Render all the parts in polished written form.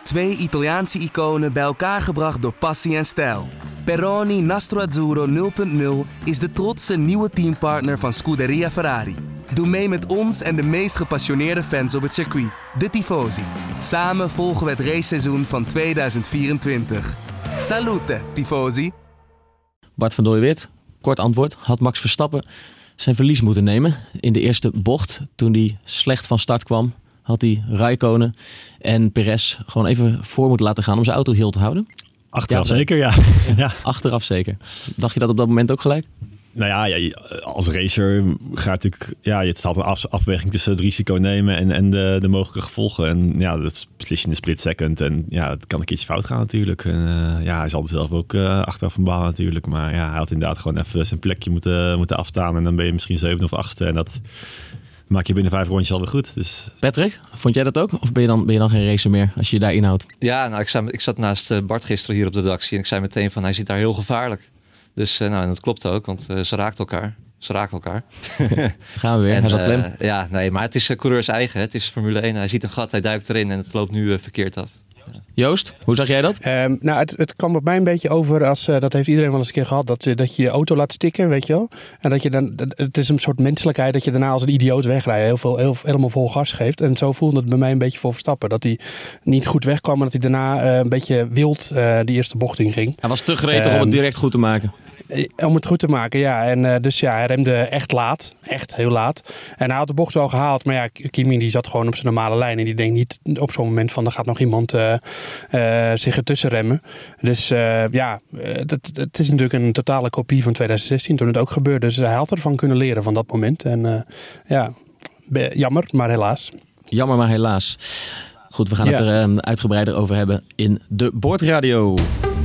2 Italiaanse iconen bij elkaar gebracht door passie en stijl. Peroni Nastro Azzurro 0.0 is de trotse nieuwe teampartner van Scuderia Ferrari. Doe mee met ons en de meest gepassioneerde fans op het circuit, de Tifosi. Samen volgen we het raceseizoen van 2024. Salute, Tifosi! Bart van Dooiwit, kort antwoord. Had Max Verstappen zijn verlies moeten nemen in de eerste bocht? Toen hij slecht van start kwam, had hij Räikkönen en Perez gewoon even voor moeten laten gaan om zijn auto heel te houden? Achteraf zeker, ja. Ja. Achteraf zeker. Dacht je dat op dat moment ook gelijk? Nou ja, als racer gaat natuurlijk... Ja, het is altijd een afweging tussen het risico nemen en de mogelijke gevolgen. En ja, dat beslis je in een split second. En ja, het kan een keertje fout gaan natuurlijk. En ja, hij zal het zelf ook achteraf van balen natuurlijk. Maar ja, hij had inderdaad gewoon even zijn plekje moeten afstaan. En dan ben je misschien 7e of 8e. En dat maak je binnen 5 rondjes alweer goed. Dus... Patrick, vond jij dat ook? Of ben je dan geen racer meer als je je daar inhoudt? Ja, nou, ik zat naast Bart gisteren hier op de redactie. En ik zei meteen van, hij zit daar heel gevaarlijk. Dus nou, en dat klopt ook, want ze raken elkaar. Gaan we weer, hij zat klem. Ja, nee, maar het is coureurs eigen. Het is Formule 1. Hij ziet een gat, hij duikt erin en het loopt nu verkeerd af. Ja. Joost, hoe zag jij dat? Nou, het kwam op mij een beetje over als, dat heeft iedereen wel eens een keer gehad, dat je je auto laat stikken, weet je wel. En dat je dan, het is een soort menselijkheid dat je daarna als een idioot wegrijdt, helemaal vol gas geeft. En zo voelde het bij mij een beetje voor Verstappen. Dat hij niet goed wegkwam en dat hij daarna een beetje wild die eerste bocht in ging. Hij was te gretig om het direct goed te maken. Om het goed te maken, ja. En dus ja, hij remde echt laat. Echt heel laat. En hij had de bocht wel gehaald. Maar ja, Kimi die zat gewoon op zijn normale lijn. En die denkt niet op zo'n moment van... er gaat nog iemand zich ertussen remmen. Dus ja, het is natuurlijk een totale kopie van 2016 toen het ook gebeurde. Dus hij had ervan kunnen leren van dat moment. En ja, jammer, maar helaas. Jammer, maar helaas. Goed, we gaan het er uitgebreider over hebben in de Boordradio.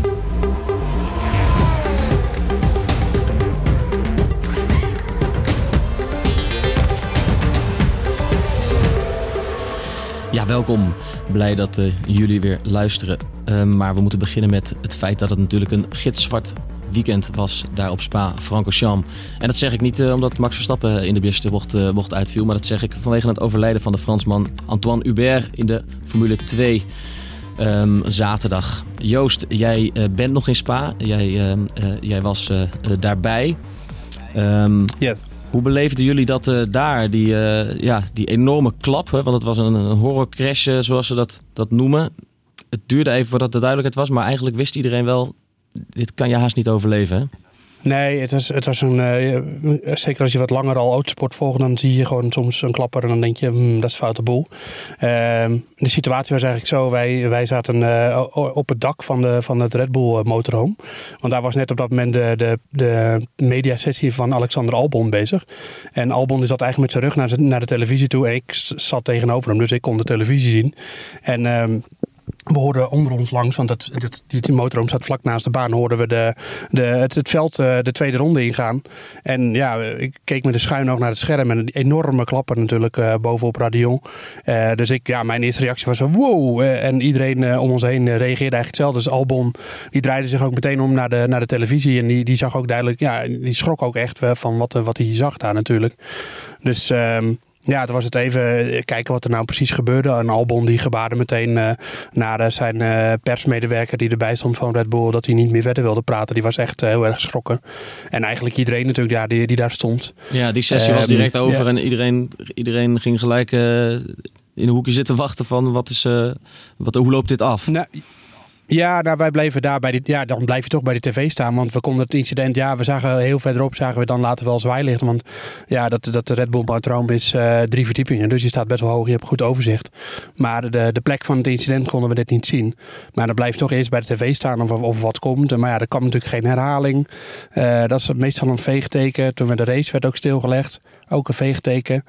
Ja, welkom. Blij dat jullie weer luisteren. Maar we moeten beginnen met het feit dat het natuurlijk een gitzwart weekend was daar op Spa-Francorchamps. En dat zeg ik niet omdat Max Verstappen in de eerste bocht uitviel, maar dat zeg ik vanwege het overlijden van de Fransman Antoine Hubert in de Formule 2 zaterdag. Joost, jij bent nog in Spa. Jij was daarbij. Yes. Hoe beleefden jullie dat daar, die enorme klap? Hè? Want het was een horrorcrash, zoals ze dat noemen. Het duurde even voordat de duidelijkheid was, maar eigenlijk wist iedereen wel... dit kan je haast niet overleven, hè? Nee, het was een... zeker als je wat langer al autosport volgt, dan zie je gewoon soms een klapper en dan denk je, dat is foute boel. De situatie was eigenlijk zo, wij zaten op het dak van het Red Bull motorhome. Want daar was net op dat moment de mediasessie van Alexander Albon bezig. En Albon zat eigenlijk met zijn rug naar de televisie toe. En ik zat tegenover hem, dus ik kon de televisie zien. En... we hoorden onder ons langs, want die motorhome staat vlak naast de baan, hoorden we het veld de tweede ronde ingaan. En ja, ik keek met een schuin oog naar het scherm en een enorme klapper natuurlijk bovenop Radion. Dus mijn eerste reactie was zo, wow! En iedereen om ons heen reageerde eigenlijk hetzelfde. Dus Albon, die draaide zich ook meteen om naar de televisie en die zag ook duidelijk, ja, die schrok ook echt van wat hij zag daar natuurlijk. Dus... ja, toen was het even kijken wat er nou precies gebeurde. En Albon die gebaarde meteen naar zijn persmedewerker die erbij stond van Red Bull, dat hij niet meer verder wilde praten. Die was echt heel erg geschrokken. En eigenlijk iedereen natuurlijk, ja, die daar stond. Ja, die sessie was direct over en iedereen ging gelijk in een hoekje zitten wachten van hoe loopt dit af? Ja, nou, wij bleven daar dan blijf je toch bij de tv staan. Want we konden het incident, we zagen heel verderop, zagen we dan later wel zwaailichten. Want ja, dat de Red Bull motorhome is 3 verdiepingen. Dus je staat best wel hoog, je hebt goed overzicht. Maar de plek van het incident konden we dit niet zien. Maar dan blijf je toch eerst bij de tv staan of wat komt. Maar ja, er kwam natuurlijk geen herhaling. Dat is meestal een veegteken. Toen de race werd ook stilgelegd. Ook een veegteken.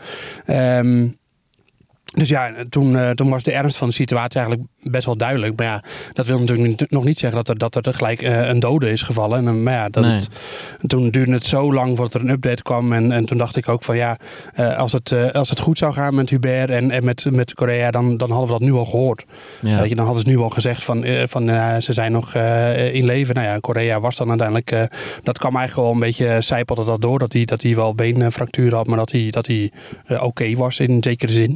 Dus ja, toen was de ernst van de situatie eigenlijk best wel duidelijk. Maar ja, dat wil natuurlijk nog niet zeggen dat er gelijk een dode is gevallen. En, maar ja, toen duurde het zo lang voordat er een update kwam. En toen dacht ik ook van ja, als het goed zou gaan met Hubert en met Korea, dan hadden we dat nu al gehoord. Ja. Dan hadden ze nu al gezegd van ze zijn nog in leven. Nou ja, Korea was dan uiteindelijk, dat kwam eigenlijk wel een beetje, sijpelde dat door. Dat hij wel beenfractuur had, maar dat hij oké was in zekere zin. Ja,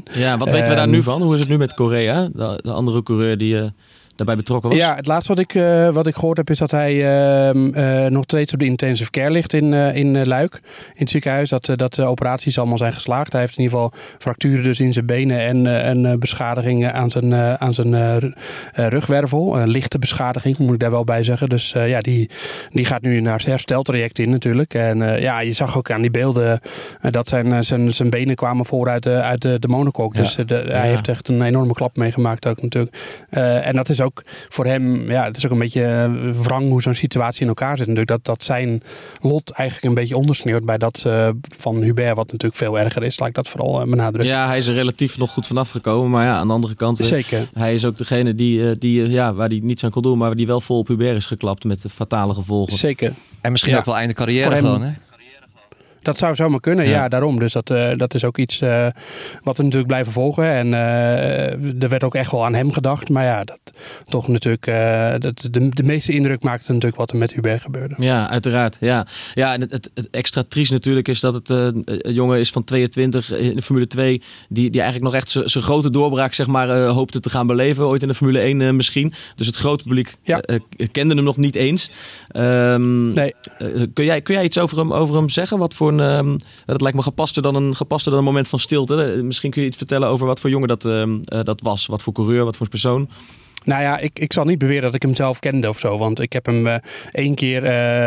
Wat weten we daar nu van? Hoe is het nu met Correa? De andere coureur die daarbij betrokken was? Ja, het laatste wat ik gehoord heb is dat hij nog steeds op de intensive care ligt in Luik. In het ziekenhuis. Dat de operaties allemaal zijn geslaagd. Hij heeft in ieder geval fracturen dus in zijn benen en beschadigingen aan zijn rugwervel. Een lichte beschadiging moet ik daar wel bij zeggen. Dus die gaat nu naar het hersteltraject in natuurlijk. En je zag ook aan die beelden dat zijn benen kwamen voor uit de monocoque. Dus hij heeft echt een enorme klap meegemaakt ook natuurlijk. En dat is ook voor hem, het is ook een beetje wrang hoe zo'n situatie in elkaar zit. Natuurlijk dat zijn lot eigenlijk een beetje ondersneeuwt bij dat van Hubert, wat natuurlijk veel erger is. Laat ik dat vooral benadrukken. Ja, hij is er relatief nog goed vanaf gekomen. Maar aan de andere kant, zeker. Hij is ook degene waar hij niets aan kon doen, maar waar die wel vol op Hubert is geklapt met fatale gevolgen. Zeker. En misschien ook wel einde carrière gewoon, hè? Dat zou zomaar kunnen, ja daarom. Dus dat is ook iets wat we natuurlijk blijven volgen. En er werd ook echt wel aan hem gedacht. Maar dat toch natuurlijk, de meeste indruk maakte natuurlijk wat er met Hubert gebeurde. Ja, uiteraard. Ja, en het extra triest natuurlijk is dat het een jongen is van 22 in de Formule 2... die eigenlijk nog echt zijn grote doorbraak zeg maar hoopte te gaan beleven. Ooit in de Formule 1 misschien. Dus het grote publiek kende hem nog niet eens. Nee. Kun jij iets over hem zeggen? Wat voor dat lijkt me gepaster dan een moment van stilte. Misschien kun je iets vertellen over wat voor jongen dat was. Wat voor coureur, wat voor persoon. Nou ja, ik zal niet beweren dat ik hem zelf kende of zo. Want ik heb hem 1 keer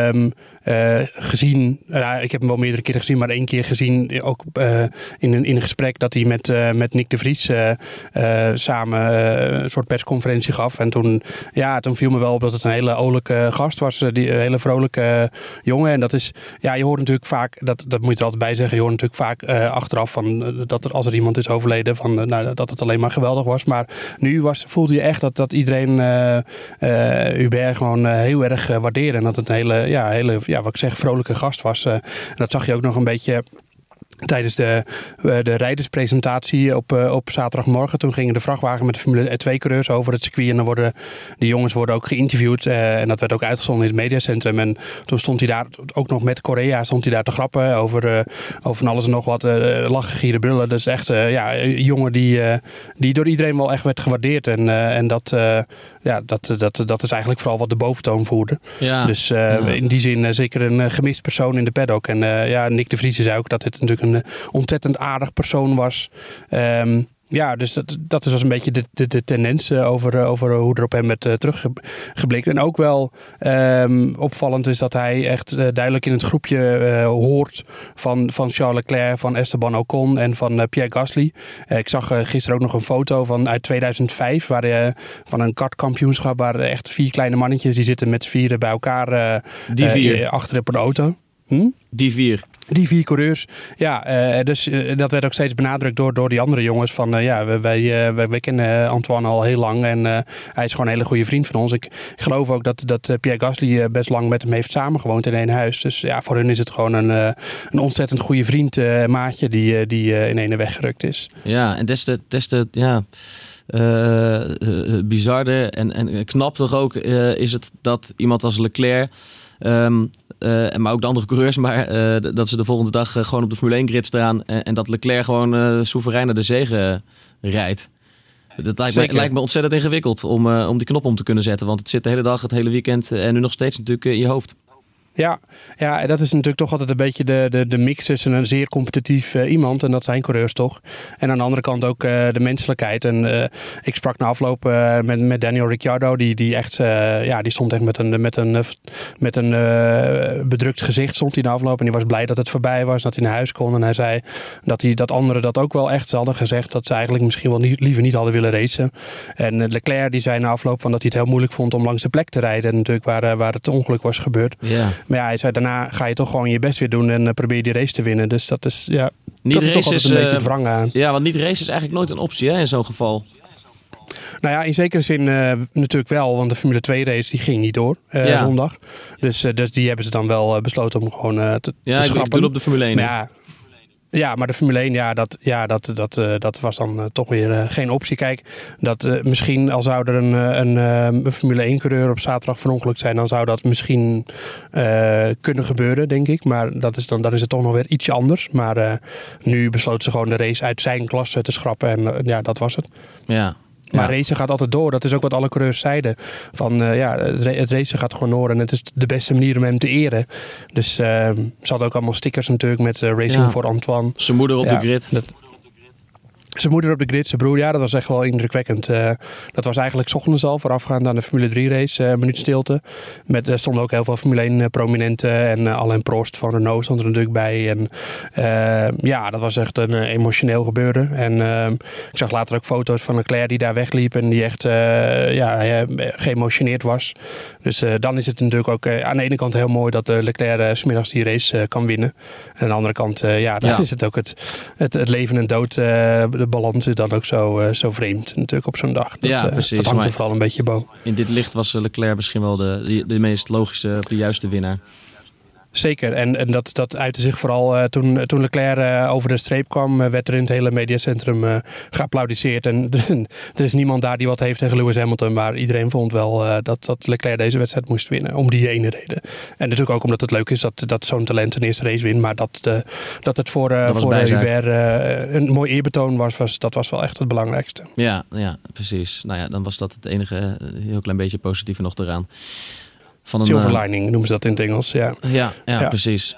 gezien. Ik heb hem wel meerdere keren gezien, maar 1 keer gezien. Ook in een gesprek dat hij met Nick de Vries samen een soort persconferentie gaf. En toen viel me wel op dat het een hele olijke gast was. Een hele vrolijke jongen. En dat is, je hoort natuurlijk vaak, dat moet je er altijd bij zeggen. Je hoort natuurlijk vaak achteraf van dat als er iemand is overleden, dat het alleen maar geweldig was. Maar nu voelde je echt dat iedereen Hubert gewoon heel erg waardeerde. En dat het een hele wat ik zeg, vrolijke gast was. En dat zag je ook nog een beetje tijdens de rijderspresentatie op zaterdagmorgen. Toen gingen de vrachtwagen met de Formule 2 coureurs over het circuit. En dan de jongens worden ook geïnterviewd. En dat werd ook uitgezonden in het mediacentrum. En toen stond hij daar, ook nog met Correa, te grappen over van alles en nog wat. Lachen, gieren, brullen. Dus echt een jongen die door iedereen wel echt werd gewaardeerd. En dat is eigenlijk vooral wat de boventoon voerde. Ja. Dus in die zin zeker een gemist persoon in de paddock. En Nick de Vries zei ook dat dit natuurlijk een ontzettend aardig persoon was. Dus dat is een beetje de tendens over hoe er op hem werd teruggeblikt. En ook wel opvallend is dat hij echt duidelijk in het groepje hoort van Charles Leclerc, van Esteban Ocon en van Pierre Gasly. Ik zag gisteren ook nog een foto uit 2005 van een kartkampioenschap waar echt 4 kleine mannetjes die zitten met 4 bij elkaar achter op een auto. Die 4. Die 4 coureurs. Dus dat werd ook steeds benadrukt door die andere jongens. Van wij kennen Antoine al heel lang. En hij is gewoon een hele goede vriend van ons. Ik geloof ook dat Pierre Gasly best lang met hem heeft samengewoond in één huis. Dus voor hun is het gewoon een ontzettend goede vriend, maatje, die in ene weggerukt is. Ja, en des te bizarder en knap toch ook is het dat iemand als Leclerc... maar ook de andere coureurs, maar dat ze de volgende dag gewoon op de Formule 1 grid staan en dat Leclerc gewoon soeverein naar de zege rijdt. Dat lijkt me ontzettend ingewikkeld om die knop om te kunnen zetten, want het zit de hele dag, het hele weekend en nu nog steeds natuurlijk in je hoofd. Ja, dat is natuurlijk toch altijd een beetje de mix tussen een zeer competitief iemand, en dat zijn coureurs toch. En aan de andere kant ook de menselijkheid. En ik sprak na afloop met Daniel Ricciardo, die echt, die stond echt met een bedrukt gezicht stond hij na afloop. En die was blij dat het voorbij was, dat hij naar huis kon. En hij zei dat anderen dat ook wel echt hadden gezegd, dat ze eigenlijk misschien wel liever niet hadden willen racen. En Leclerc die zei na afloop dat hij het heel moeilijk vond om langs de plek te rijden. En natuurlijk waar het ongeluk was gebeurd. Ja. Maar hij zei daarna ga je toch gewoon je best weer doen en probeer die race te winnen. Dus dat is, niet dat is toch altijd een beetje het wrangen aan. Ja, want niet race is eigenlijk nooit een optie in zo'n geval. Nou ja, in zekere zin natuurlijk wel, want de Formule 2 race die ging niet door zondag. Dus die hebben ze dan wel besloten om gewoon te schrappen. Ik bedoel op de Formule 1. Ja, maar de Formule 1, dat was dan toch weer geen optie. Kijk, misschien al zou er een Formule 1-coureur op zaterdag verongelukt zijn, dan zou dat misschien kunnen gebeuren, denk ik. Maar dan is het toch nog weer ietsje anders. Maar nu besloot ze gewoon de race uit zijn klasse te schrappen en dat was het. Ja. Maar racen gaat altijd door. Dat is ook wat alle coureurs zeiden. Het racen gaat gewoon door. En het is de beste manier om hem te eren. Dus ze hadden ook allemaal stickers natuurlijk met Racing voor Antoine. Zijn moeder op de grid. Zijn moeder op de grid, zijn broer. Ja, dat was echt wel indrukwekkend. Dat was eigenlijk 's ochtends al voorafgaand aan de Formule 3 race. Een minuut stilte. Er stonden ook heel veel Formule 1 prominenten. En Alain Prost van Renault stond er natuurlijk bij. En dat was echt een emotioneel gebeuren. En ik zag later ook foto's van Leclerc die daar wegliep. En die echt geëmotioneerd was. Dus dan is het natuurlijk ook aan de ene kant heel mooi dat Leclerc 's middags die race kan winnen. En aan de andere kant is het ook het leven en dood. De balans is dan ook zo vreemd natuurlijk op zo'n dag. Precies. Dat hangt er vooral een beetje boven. In dit licht was Leclerc misschien wel de meest logische, de juiste winnaar. Zeker. En dat uitte zich vooral toen Leclerc over de streep kwam, werd er in het hele mediacentrum geapplaudiseerd. En er is niemand daar die wat heeft tegen Lewis Hamilton, maar iedereen vond wel dat Leclerc deze wedstrijd moest winnen, om die ene reden. En natuurlijk ook omdat het leuk is dat zo'n talent een eerste race wint, maar dat het voor Hubert een mooi eerbetoon was, dat was wel echt het belangrijkste. Ja, precies. Nou ja, dan was dat het enige heel klein beetje positieve nog eraan. Silver lining noemen ze dat in het Engels, ja. Ja, precies.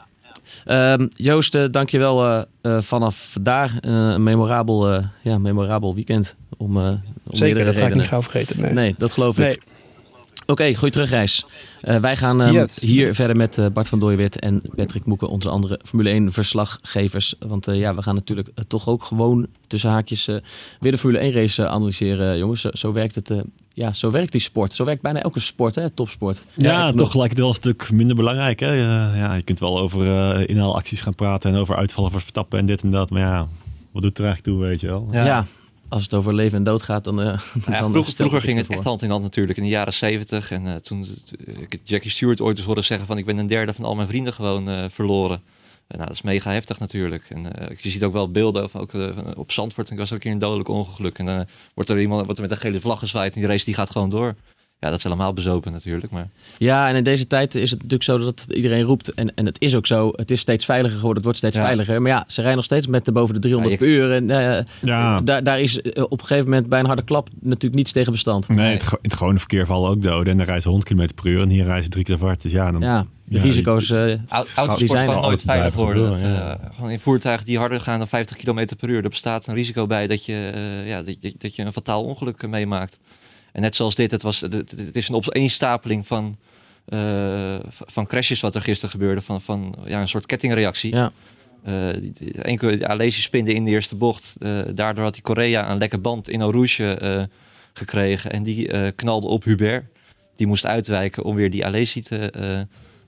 Joost, dankjewel vanaf daar. Een memorabel weekend. Zeker, dat ga ik niet gauw vergeten. Nee, dat geloof ik. Oké, goeie terugreis. Wij gaan hier verder met Bart van Dooyeweerd en Patrick Moeken, onze andere Formule 1 verslaggevers. Want we gaan natuurlijk toch ook gewoon tussen haakjes weer de Formule 1 race analyseren, jongens. Zo werkt het. Zo werkt die sport. Zo werkt bijna elke sport, hè? Topsport. Ja, toch lijkt het wel een stuk minder belangrijk. Hè? Je kunt wel over inhaalacties gaan praten en over uitvallen voor Verstappen en dit en dat. Maar ja, wat doet er eigenlijk toe, weet je wel? Ja. Als het over leven en dood gaat, dan... Vroeger ging het echt hand in hand natuurlijk. In de jaren 70. En toen ik Jackie Stewart ooit eens hoorde zeggen van... ik ben een derde van al mijn vrienden gewoon verloren. Dat is mega heftig natuurlijk. En je ziet ook wel beelden ook, op Zandvoort. Ik was ook een keer een dodelijk ongeluk. En dan wordt er met een gele vlag gezwaaid. En die race die gaat gewoon door. Ja, dat is helemaal bezopen natuurlijk. Maar... Ja, en in deze tijd is het natuurlijk zo dat iedereen roept. En het is ook zo. Het is steeds veiliger geworden. Het wordt steeds veiliger. Maar ja, ze rijden nog steeds met boven de 300 per uur. En daar is op een gegeven moment bij een harde klap natuurlijk niets tegen bestand. Nee, in het gewone verkeer vallen ook doden. En dan rijden ze 100 km per uur. En hier rijden ze 3 keer zo hard. Dus de risico's die zijn al nooit veilig worden. Gewoon in voertuigen die harder gaan dan 50 km per uur. Er bestaat een risico bij dat je een fataal ongeluk meemaakt. En net zoals dit, het is een opeenstapeling van crashes wat er gisteren gebeurde. Van een soort kettingreactie. Ja. Eén keer Alesi spinde in de eerste bocht. Daardoor had die Correa een lekke band in Eau Rouge gekregen. En die knalde op Hubert. Die moest uitwijken om weer die Alesi te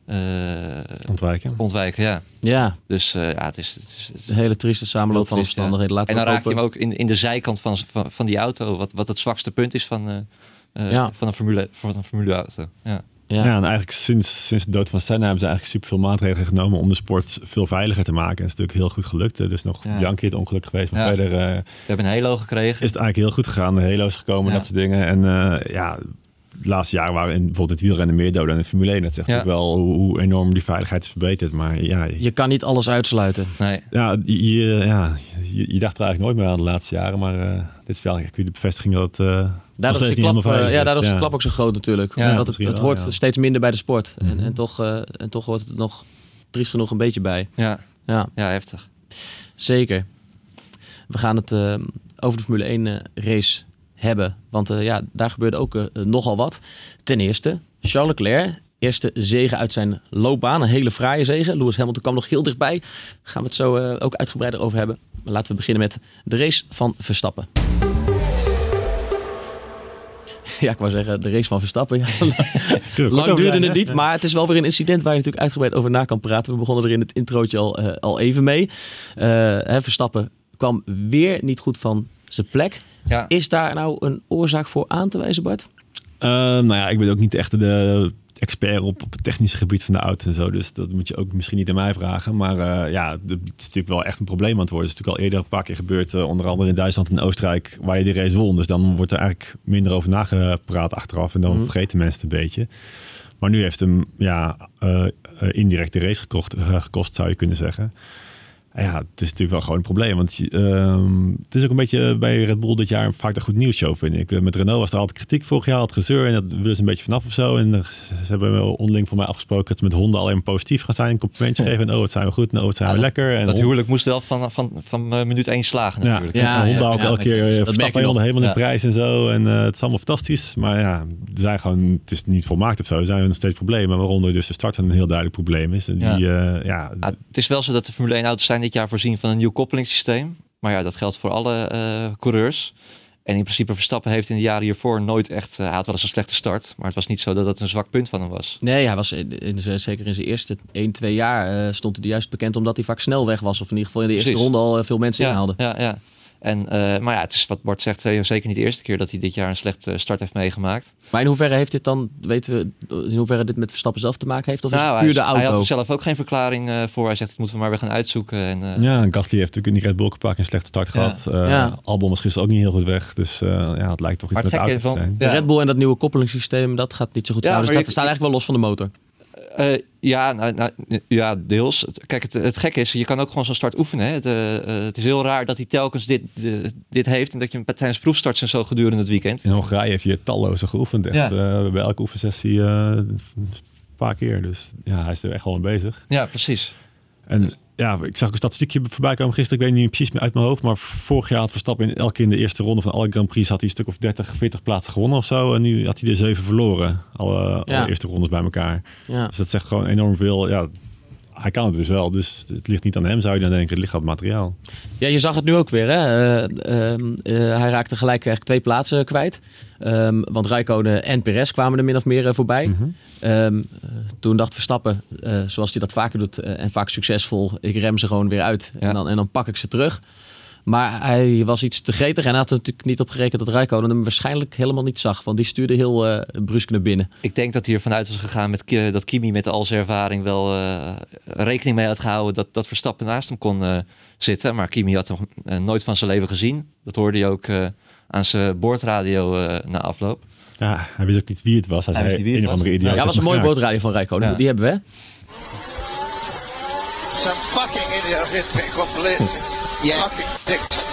ontwijken. Ja. Dus het is een hele trieste samenloop van omstandigheden. En dan raak je hem ook in de zijkant van die auto. Wat het zwakste punt is van een Formule auto. Ja, en eigenlijk sinds de dood van Senna hebben ze eigenlijk superveel maatregelen genomen om de sport veel veiliger te maken. En het is natuurlijk heel goed gelukt. Er is nog Bianchi het ongeluk geweest, maar verder... We hebben een halo gekregen. Is het eigenlijk heel goed gegaan. De halo's gekomen, dat soort dingen. En de laatste jaren waren bijvoorbeeld het wielrennen meer doden dan de Formule 1. Dat zegt ook wel hoe enorm die veiligheid is verbeterd. Maar je kan niet alles uitsluiten. Nee. Ja, je dacht er eigenlijk nooit meer aan de laatste jaren. Maar dit is wel de bevestiging dat het... Daardoor is de klap ook zo groot natuurlijk. Ja, dat het hoort steeds minder bij de sport. En toch hoort het er nog triest genoeg een beetje bij. Ja, heftig. Zeker. We gaan het over de Formule 1 race hebben. Want daar gebeurde ook nogal wat. Ten eerste, Charles Leclerc. Eerste zege uit zijn loopbaan. Een hele fraaie zege. Lewis Hamilton kwam nog heel dichtbij. Daar gaan we het zo ook uitgebreider over hebben. Maar laten we beginnen met de race van Verstappen. Ja, ik wou zeggen, de race van Verstappen. Ja, lang duurde het niet, maar het is wel weer een incident waar je natuurlijk uitgebreid over na kan praten. We begonnen er in het introotje al even mee. Verstappen kwam weer niet goed van zijn plek. Ja. Is daar nou een oorzaak voor aan te wijzen, Bart? Ik ben ook niet echt de expert op het technische gebied van de auto en zo. Dus dat moet je ook misschien niet aan mij vragen. Maar het is natuurlijk wel echt een probleem aan het worden. Het is natuurlijk al eerder een paar keer gebeurd. Onder andere in Duitsland en Oostenrijk, waar je die race won. Dus dan wordt er eigenlijk minder over nagepraat achteraf. En dan vergeten mensen het een beetje. Maar nu heeft hem indirect de race gekost, zou je kunnen zeggen. Ja, het is natuurlijk wel gewoon een probleem. Want het is ook een beetje bij Red Bull dit jaar vaak een goed nieuwsshow, vind ik. Met Renault was er altijd kritiek vorig jaar, het gezeur. En dat willen ze een beetje vanaf of zo. En ze hebben wel onderling voor mij afgesproken dat ze met Honda alleen maar positief gaan zijn. Complimentjes geven. En wat zijn we goed. En wat zijn we lekker. En dat huwelijk moest wel van minuut 1 slagen natuurlijk. Ja, Honda ook elke keer Verstappen helemaal in prijs en zo. En het is allemaal fantastisch. Maar ja, het is niet volmaakt of zo. Er zijn nog steeds problemen. Waaronder dus de start een heel duidelijk probleem is. En het is wel zo dat de Formule 1 auto's zijn dit jaar voorzien van een nieuw koppelingssysteem. Maar ja, dat geldt voor alle coureurs. En in principe Verstappen heeft in de jaren hiervoor nooit echt... hij had wel eens een slechte start. Maar het was niet zo dat het een zwak punt van hem was. Nee, hij was zeker in zijn eerste 1-2 jaar stond hij juist bekend omdat hij vaak snel weg was. Of in ieder geval in de eerste ronde al veel mensen inhaalde. Ja. En, maar ja, het is wat Bart zegt, zeker niet de eerste keer dat hij dit jaar een slechte start heeft meegemaakt. Maar in hoeverre heeft dit dan, weten we, in hoeverre dit met Verstappen zelf te maken heeft? Of is het puur de auto? Hij had er zelf ook geen verklaring voor. Hij zegt, dat moeten we maar weer gaan uitzoeken. En Gasly heeft natuurlijk in die Red Bull een slechte start gehad. Albon was gisteren ook niet heel goed weg. Dus het lijkt toch iets met de auto te zijn. De Red Bull en dat nieuwe koppelingssysteem, dat gaat niet zo goed samen. Dus dat staat eigenlijk wel los van de motor. Deels. Kijk, het gekke is, je kan ook gewoon zo'n start oefenen. Hè. Het is heel raar dat hij telkens dit heeft en dat je hem tijdens proefstarts en zo gedurende het weekend. In Hongarije heeft hij talloze geoefend. Echt, bij elke oefensessie een paar keer. Dus ja, hij is er echt wel mee bezig. Ja, precies. En ja, ik zag ook een statistiekje voorbij komen gisteren. Ik weet niet precies meer uit mijn hoofd. Maar vorig jaar had Verstappen elke keer in de eerste ronde van alle Grand Prix had hij een stuk of 30, 40 plaatsen gewonnen of zo. En nu had hij er 7 verloren. Alle eerste rondes bij elkaar. Ja. Dus dat zegt gewoon enorm veel. Ja, hij kan het dus wel. Dus het ligt niet aan hem, zou je dan denken. Het ligt aan het materiaal. Ja, je zag het nu ook weer. Hè? Hij raakte gelijk echt 2 plaatsen kwijt. Want Räikkönen en Perez kwamen er min of meer voorbij. Mm-hmm. Toen dacht Verstappen, zoals hij dat vaker doet en vaak succesvol, ik rem ze gewoon weer uit en dan pak ik ze terug. Maar hij was iets te gretig en hij had er natuurlijk niet op gerekend dat Räikkönen hem waarschijnlijk helemaal niet zag. Want die stuurde heel brusk naar binnen. Ik denk dat hij ervan uit was gegaan dat Kimi met al zijn ervaring wel rekening mee had gehouden dat Verstappen naast hem kon zitten. Maar Kimi had hem nooit van zijn leven gezien. Dat hoorde hij ook aan zijn boordradio na afloop. Ja, hij wist ook niet wie het was. Hij zei een of andere idioot. Ja, was een mooie boordradio van Räikkönen. Ja. Die hebben we. Some fucking idiot hit me completely. Fucking dicks.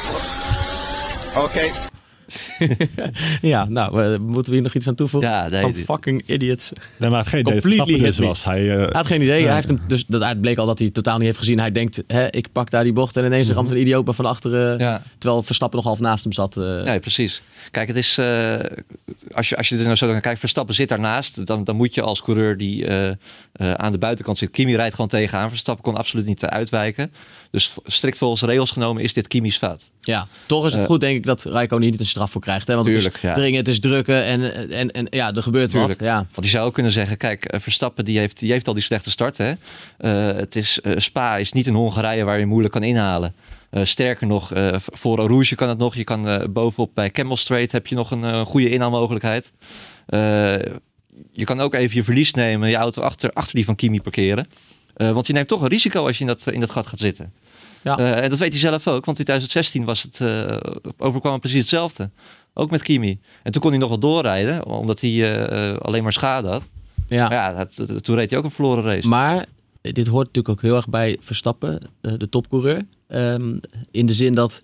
Oké. Ja, nou, moeten we hier nog iets aan toevoegen? Ja, Some fucking idiots. Nee, maar geen idee dus was. Hij had geen idee. Hij heeft hem, dus dat bleek al dat hij totaal niet heeft gezien. Hij denkt, ik pak daar die bocht en ineens ramt een idioot van achteren. Terwijl Verstappen nog half naast hem zat. Nee, precies. Kijk, het is, als je er nou zo naar kijkt, Verstappen zit daarnaast. Dan moet je als coureur die aan de buitenkant zit. Kimi rijdt gewoon tegenaan. Verstappen kon absoluut niet uitwijken. Dus strikt volgens regels genomen is dit Kimi's fout. Ja, toch is het goed denk ik dat Räikkönen hier niet een straf voor krijgt. Hè? Want tuurlijk, het is dringen, het is drukken en ja, er gebeurt wat. Ja. Want die zou ook kunnen zeggen, kijk, Verstappen die heeft al die slechte start. Hè? Spa is niet een Hongarije waar je moeilijk kan inhalen. Sterker nog, voor Eau Rouge kan het nog. Je kan bovenop bij Camel Straight heb je nog een goede inhaalmogelijkheid. Je kan ook even je verlies nemen, je auto achter die van Kimi parkeren. Want je neemt toch een risico als je in dat gat gaat zitten. Ja. En dat weet hij zelf ook, want in 2016 was het overkwam hem precies hetzelfde. Ook met Kimi. En toen kon hij nog wel doorrijden, omdat hij alleen maar schade had. Ja. Toen reed hij ook een verloren race. Maar dit hoort natuurlijk ook heel erg bij Verstappen, de topcoureur. In de zin dat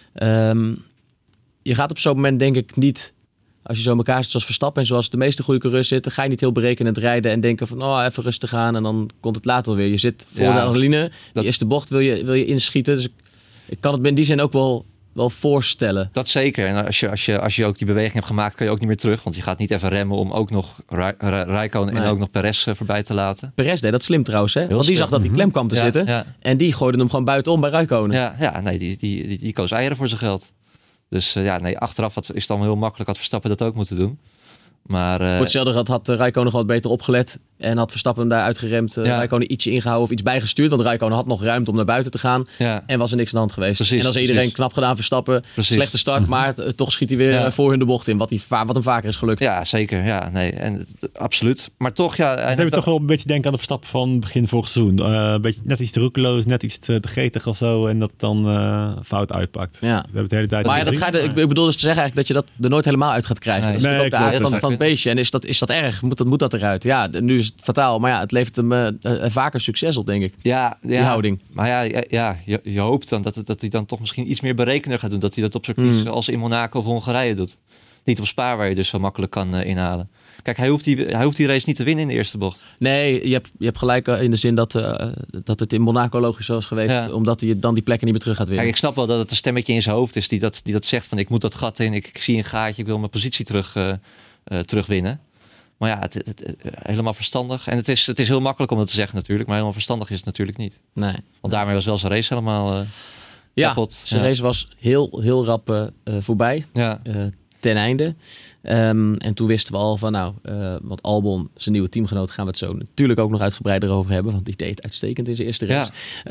je gaat op zo'n moment denk ik niet, als je zo in elkaar zit zoals Verstappen en zoals de meeste goede coureurs zitten, ga je niet heel berekenend rijden en denken van even rustig aan en dan komt het later weer. Je zit voor de adrenaline, die eerste bocht wil je inschieten. Dus ik kan het me in die zin ook wel voorstellen. Dat zeker. En als je ook die beweging hebt gemaakt, kan je ook niet meer terug. Want je gaat niet even remmen om ook nog Räikkönen en ook nog Perez voorbij te laten. Perez deed dat slim trouwens, hè? Want die zag dat die klem kwam te zitten. Ja. En die gooide hem gewoon buitenom bij Räikkönen. Die koos eieren voor zijn geld. Dus achteraf is het dan heel makkelijk. Had Verstappen dat ook moeten doen. Maar, voor hetzelfde had Räikkönen wat beter opgelet. En had Verstappen hem daar uitgeremd. Räikkönen ietsje ingehouden of iets bijgestuurd. Want Räikkönen had nog ruimte om naar buiten te gaan. Ja. En was er niks aan de hand geweest. Precies, en dan is iedereen knap gedaan, Verstappen. Precies. Slechte start, maar toch schiet hij weer voor hun de bocht in. Wat hem vaker is gelukt. Ja, zeker. Ja, nee. En absoluut. Maar toch, ja... Dat heb je toch wel een beetje denken aan de Verstappen van begin vorig seizoen. Een beetje net iets te roekeloos, net iets te gretig of zo. En dat dan fout uitpakt. Ja. We hebben het de hele tijd maar ik bedoel dus te zeggen eigenlijk dat je dat er nooit helemaal uit gaat krijgen. Nee, dat is ook de aard van het beestje. En is dat erg? Moet dat eruit? Ja, nu is het fataal. Maar ja, het levert hem vaker succes op, denk ik. Ja, die houding. Maar je hoopt dan dat hij dan toch misschien iets meer berekener gaat doen. Dat hij dat op circuits als in Monaco of Hongarije doet. Niet op Spa, waar je dus zo makkelijk kan inhalen. Kijk, hij hoeft die race niet te winnen in de eerste bocht. Nee, je hebt gelijk in de zin dat het in Monaco logisch was geweest. Ja. Omdat hij dan die plekken niet meer terug gaat winnen. Kijk, ik snap wel dat het een stemmetje in zijn hoofd is die dat zegt van ik moet dat gat in. Ik zie een gaatje, ik wil mijn positie terugwinnen. Maar ja, het helemaal verstandig. En het is heel makkelijk om dat te zeggen natuurlijk. Maar helemaal verstandig is het natuurlijk niet. Nee. Want daarmee was wel zijn race helemaal kapot. Zijn race was heel rap voorbij. Ja. Ten einde. En toen wisten we al van want Albon, zijn nieuwe teamgenoot, gaan we het zo natuurlijk ook nog uitgebreider over hebben. Want die deed het uitstekend in zijn eerste race.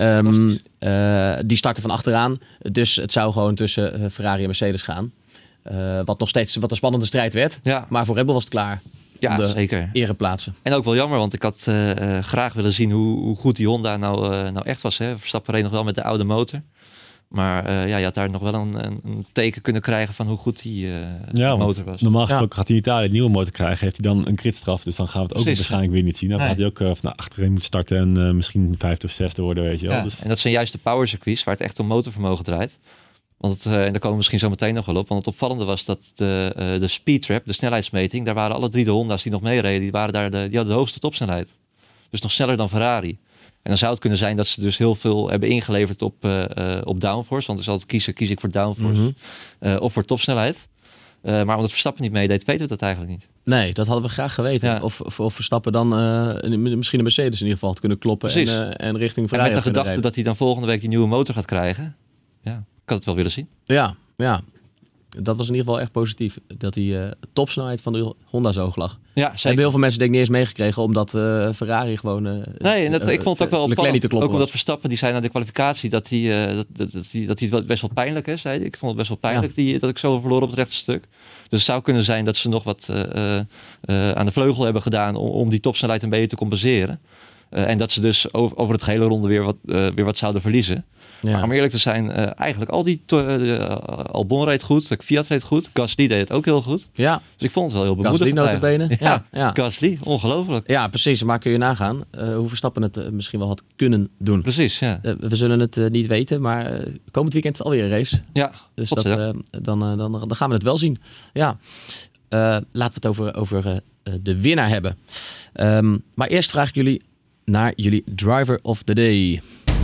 Ja, die startte van achteraan. Dus het zou gewoon tussen Ferrari en Mercedes gaan. Wat nog steeds een spannende strijd werd. Ja. Maar voor Red Bull was het klaar. Ja, zeker. Ereplaatsen. En ook wel jammer, want ik had graag willen zien hoe goed die Honda nou echt was. Hè. Verstappen reed nog wel met de oude motor. Maar je had daar nog wel een teken kunnen krijgen van hoe goed die motor was. Normaal gesproken gaat hij in Italië een nieuwe motor krijgen. Heeft hij dan een gridstraf. Dus dan gaan we het ook waarschijnlijk weer niet zien. Dan gaat hij ook van achterin moeten starten en misschien 5e of 6e worden. Weet je wel. Ja, dus... En dat zijn juist de power circuits waar het echt om motorvermogen draait. Want en daar komen we misschien zo meteen nog wel op. Want het opvallende was dat de speed trap, de snelheidsmeting, daar waren alle 3 de Honda's die nog meereden, die hadden de hoogste topsnelheid. Dus nog sneller dan Ferrari. En dan zou het kunnen zijn dat ze dus heel veel hebben ingeleverd op downforce. Want dus altijd kies ik voor downforce of voor topsnelheid. Maar omdat Verstappen niet meedeed, weten we dat eigenlijk niet. Nee, dat hadden we graag geweten. Ja. Of Verstappen dan misschien een Mercedes in ieder geval had kunnen kloppen en richting Ferrari. En met de gedachte dat hij dan volgende week die nieuwe motor gaat krijgen. Ja, ik had het wel willen zien. Ja. Dat was in ieder geval echt positief. Dat die topsnelheid van de Honda zo hoog lag. Ja, zeker. Hebben heel veel mensen denk ik niet eens meegekregen. Omdat Ferrari gewoon... ik vond het ook wel opvallend. Ook omdat Verstappen, die zei na de kwalificatie... dat hij het best wel pijnlijk is. Ik vond het best wel pijnlijk dat ik zo verloren op het rechte stuk. Dus het zou kunnen zijn dat ze nog wat aan de vleugel hebben gedaan... om die topsnelheid een beetje te compenseren. En dat ze dus over het gehele ronde weer wat zouden verliezen. Ja. Maar om eerlijk te zijn, eigenlijk al die... Albon reed goed, Fiat reed goed. Gasly deed het ook heel goed. Ja. Dus ik vond het wel heel bemoedigend. Gasly notabene. Ja. Gasly, ongelooflijk. Ja, precies. Maar kun je nagaan hoe Verstappen het misschien wel had kunnen doen. Precies, ja. We zullen het niet weten, maar komend weekend is alweer een race. Ja, dus dan gaan we het wel zien. Ja. Laten we het over de winnaar hebben. Maar eerst vraag ik jullie naar jullie driver of the day.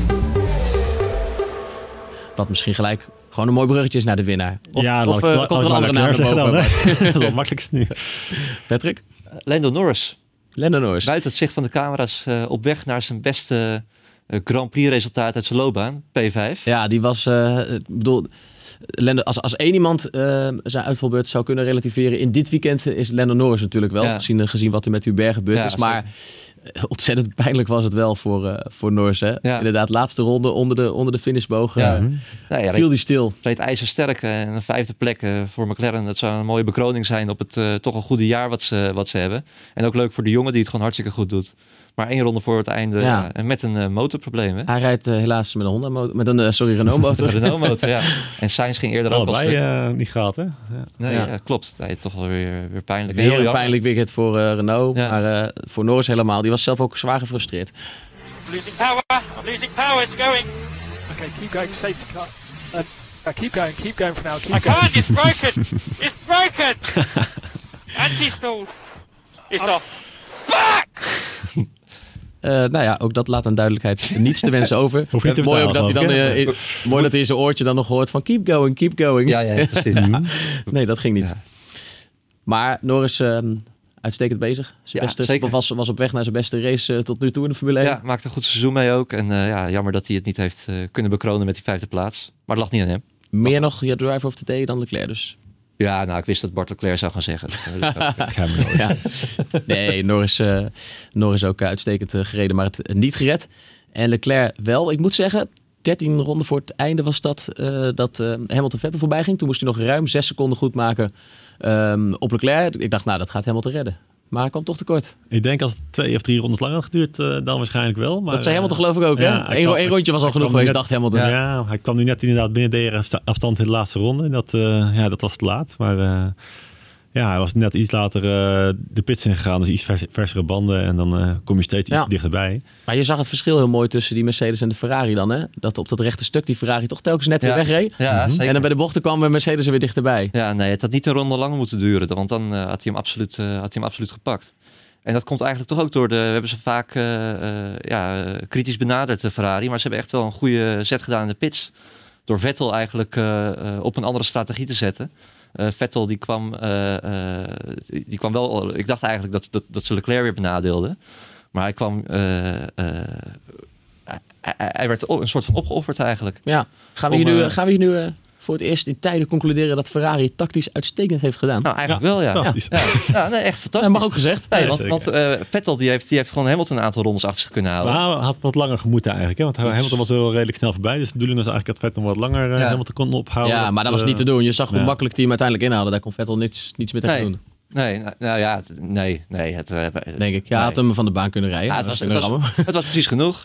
Wat misschien gelijk gewoon een mooi bruggetje is naar de winnaar. Of komt er een andere naam naar boven? Dat is het makkelijkst nu. Patrick? Lando Norris. Buiten het zicht van de camera's op weg naar zijn beste Grand Prix resultaat uit zijn loopbaan. P5. Ja, die was... Lando, als één iemand zijn uitvalbeurt zou kunnen relativeren in dit weekend is Lando Norris natuurlijk wel. Ja. Gezien wat er met Hubert gebeurd is. Maar ontzettend pijnlijk was het wel voor Norris. Hè? Ja. Inderdaad, laatste ronde onder de finishboog. Viel die stil. Reed ijzersterk en een 5e plek voor McLaren. Dat zou een mooie bekroning zijn op het toch een goede jaar wat ze hebben. En ook leuk voor de jongen die het gewoon hartstikke goed doet. Maar 1 ronde voor het einde met een motorprobleem. Hè? Hij rijdt helaas met een Renault motor. Renault motor, ja. En Sainz ging eerder ook al niet gehad, hè? Ja. Nee, klopt. Hij toch wel weer pijnlijk. Weer een pijnlijk weekend voor Renault. Ja. Maar voor Norris helemaal. Die was zelf ook zwaar gefrustreerd. Losing power. I'm losing power. It's going. Okay, keep going. Safety car. Keep going for now. I can't. It's broken. It's broken. Anti-stall. It's off. Fuck! Ook dat laat aan duidelijkheid niets te wensen over. Mooi ook dat hij dan mooi dat hij in zijn oortje dan nog hoort van keep going. Ja, precies. Nee, dat ging niet. Ja. Maar Norris uitstekend bezig. Was op weg naar zijn beste race tot nu toe in de Formule 1. Ja, maakte een goed seizoen mee ook. En jammer dat hij het niet heeft kunnen bekronen met die 5e plaats. Maar het lag niet aan hem. Meer nog je driver of the day dan Leclerc dus. Ja, nou, ik wist dat Bart Leclerc zou gaan zeggen. Ja. Nee, Norris ook uitstekend gereden, maar het niet gered. En Leclerc wel. Ik moet zeggen, 13 ronden voor het einde was dat Hamilton Vettel voorbij ging. Toen moest hij nog ruim 6 seconden goed maken op Leclerc. Ik dacht, dat gaat Hamilton redden. Maar hij kwam toch tekort. Ik denk als het 2 of 3 rondes langer had geduurd, dan waarschijnlijk wel. Maar, dat zei Hamilton geloof ik ook, hè? Eén rondje was al genoeg geweest, dacht Hamilton. Ja, hij kwam nu net inderdaad binnen DRS-afstand in de laatste ronde. Dat was te laat. Maar hij was net iets later de pits ingegaan. Dus iets versere banden. En dan kom je steeds iets dichterbij. Maar je zag het verschil heel mooi tussen die Mercedes en de Ferrari dan, hè? Dat op dat rechte stuk die Ferrari toch telkens net weer wegreed. Ja, zeker. En dan bij de bochten kwam Mercedes er weer dichterbij. Ja, nee, het had niet een ronde langer moeten duren. Want dan had hij hem absoluut gepakt. En dat komt eigenlijk toch ook door we hebben ze vaak kritisch benaderd, de Ferrari. Maar ze hebben echt wel een goede zet gedaan in de pits. Door Vettel eigenlijk op een andere strategie te zetten. Vettel die kwam wel... Ik dacht eigenlijk dat ze Leclerc weer benadeelden. Maar hij kwam... hij werd een soort van opgeofferd eigenlijk. Ja, gaan we hier nu voor het eerst in tijden concluderen dat Ferrari tactisch uitstekend heeft gedaan? Nou, eigenlijk wel, ja. Fantastisch. Ja, nee, echt fantastisch. Dat mag ook gezegd. Nee, want Vettel die heeft gewoon Hamilton een aantal rondes achter zich kunnen houden. Maar hij had wat langer gemoeten eigenlijk. Hè? Want Hamilton was wel redelijk snel voorbij. Dus de bedoeling was eigenlijk dat Vettel wat langer Hamilton kon ophouden. Ja, maar dat was niet te doen. Je zag hoe makkelijk hij hem uiteindelijk inhaalde. Daar kon Vettel niets meer tegen doen. Nee. Denk ik. Ja, had hem van de baan kunnen rijden. Ja, het was precies genoeg.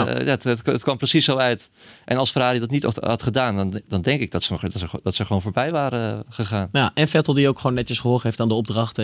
Het kwam precies zo uit. En als Ferrari dat niet had gedaan, dan denk ik dat ze gewoon voorbij waren gegaan. Ja, en Vettel die ook gewoon netjes gehoor heeft aan de opdracht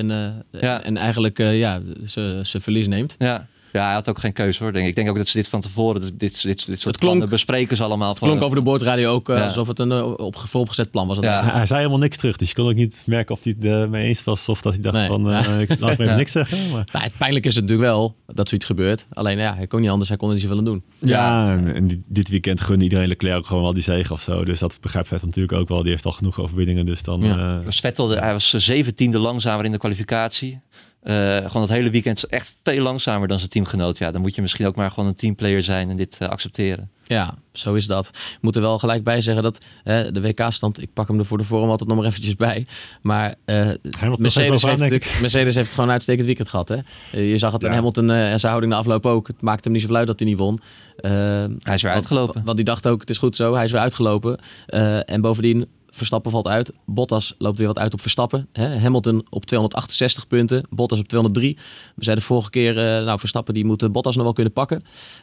en eigenlijk zijn verlies neemt. Ja, hij had ook geen keuze hoor. Ik denk ook dat ze dit van tevoren, dit soort plannen bespreken ze allemaal. Het klonk over de boordradio ook alsof het een vooropgezet plan was. Hij zei helemaal niks terug, dus je kon ook niet merken of hij het ermee eens was of dat hij dacht ik laat me even niks zeggen. Maar... Nou, het pijnlijke is het natuurlijk wel dat zoiets gebeurt. Alleen hij kon niet anders, hij kon er niet zoveel aan doen. Ja, en dit weekend gunde iedereen Leclerc ook gewoon wel die zege of zo. Dus dat begrijpt Vettel natuurlijk ook wel. Die heeft al genoeg overwinningen, dus dan... Dus Vettel, hij was 17e langzamer in de kwalificatie. Gewoon het hele weekend echt veel langzamer dan zijn teamgenoot. Ja, dan moet je misschien ook maar gewoon een teamplayer zijn en dit accepteren. Ja, zo is dat. We moeten wel gelijk bij zeggen dat de WK-stand, ik pak hem er voor de vorm altijd nog maar eventjes bij. Maar Mercedes heeft het gewoon een uitstekend weekend gehad. Hè? Je zag het in Hamilton en zijn houding na afloop ook. Het maakte hem niet zoveel uit dat hij niet won. Hij is weer uitgelopen. Want die dacht ook, het is goed zo. Hij is weer uitgelopen. En bovendien... Verstappen valt uit. Bottas loopt weer wat uit op Verstappen. Hamilton op 268 punten. Bottas op 203. We zeiden de vorige keer, Verstappen die moet Bottas nog wel kunnen pakken.